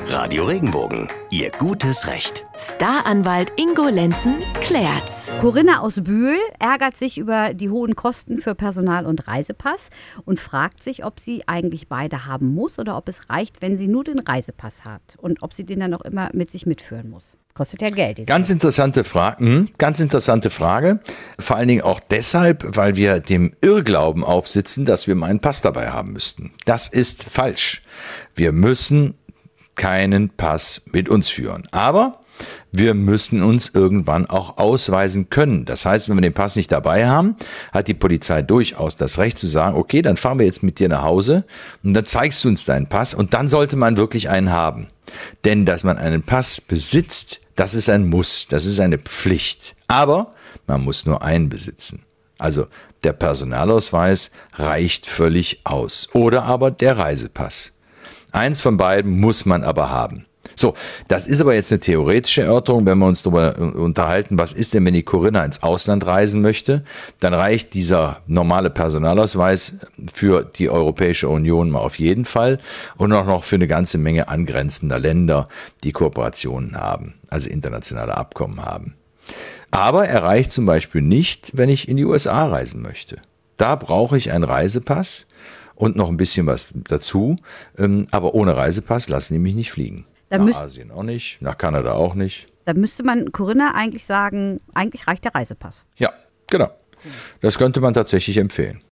Radio Regenbogen, Ihr gutes Recht. Staranwalt Ingo Lenzen klärt's. Corinna aus Bühl ärgert sich über die hohen Kosten für Personal- und Reisepass und fragt sich, ob sie eigentlich beide haben muss oder ob es reicht, wenn sie nur den Reisepass hat und ob sie den dann auch immer mit sich mitführen muss. Kostet ja Geld. Ganz interessante Frage. Vor allen Dingen auch deshalb, weil wir dem Irrglauben aufsitzen, dass wir mal einen Pass dabei haben müssten. Das ist falsch. Wir müssen keinen Pass mit uns führen. Aber wir müssen uns irgendwann auch ausweisen können. Das heißt, wenn wir den Pass nicht dabei haben, hat die Polizei durchaus das Recht zu sagen, okay, dann fahren wir jetzt mit dir nach Hause und dann zeigst du uns deinen Pass und dann sollte man wirklich einen haben. Denn dass man einen Pass besitzt, das ist ein Muss, das ist eine Pflicht. Aber man muss nur einen besitzen. Also der Personalausweis reicht völlig aus. Oder aber der Reisepass. Eins von beiden muss man aber haben. So, das ist aber jetzt eine theoretische Erörterung, wenn wir uns darüber unterhalten, was ist denn, wenn die Corinna ins Ausland reisen möchte, dann reicht dieser normale Personalausweis für die Europäische Union mal auf jeden Fall und auch noch für eine ganze Menge angrenzender Länder, die Kooperationen haben, also internationale Abkommen haben. Aber er reicht zum Beispiel nicht, wenn ich in die USA reisen möchte. Da brauche ich einen Reisepass und noch ein bisschen was dazu, aber ohne Reisepass lassen die mich nicht fliegen. Nach Asien auch nicht, nach Kanada auch nicht. Da müsste man Corinna eigentlich sagen, eigentlich reicht der Reisepass. Ja, genau. Das könnte man tatsächlich empfehlen.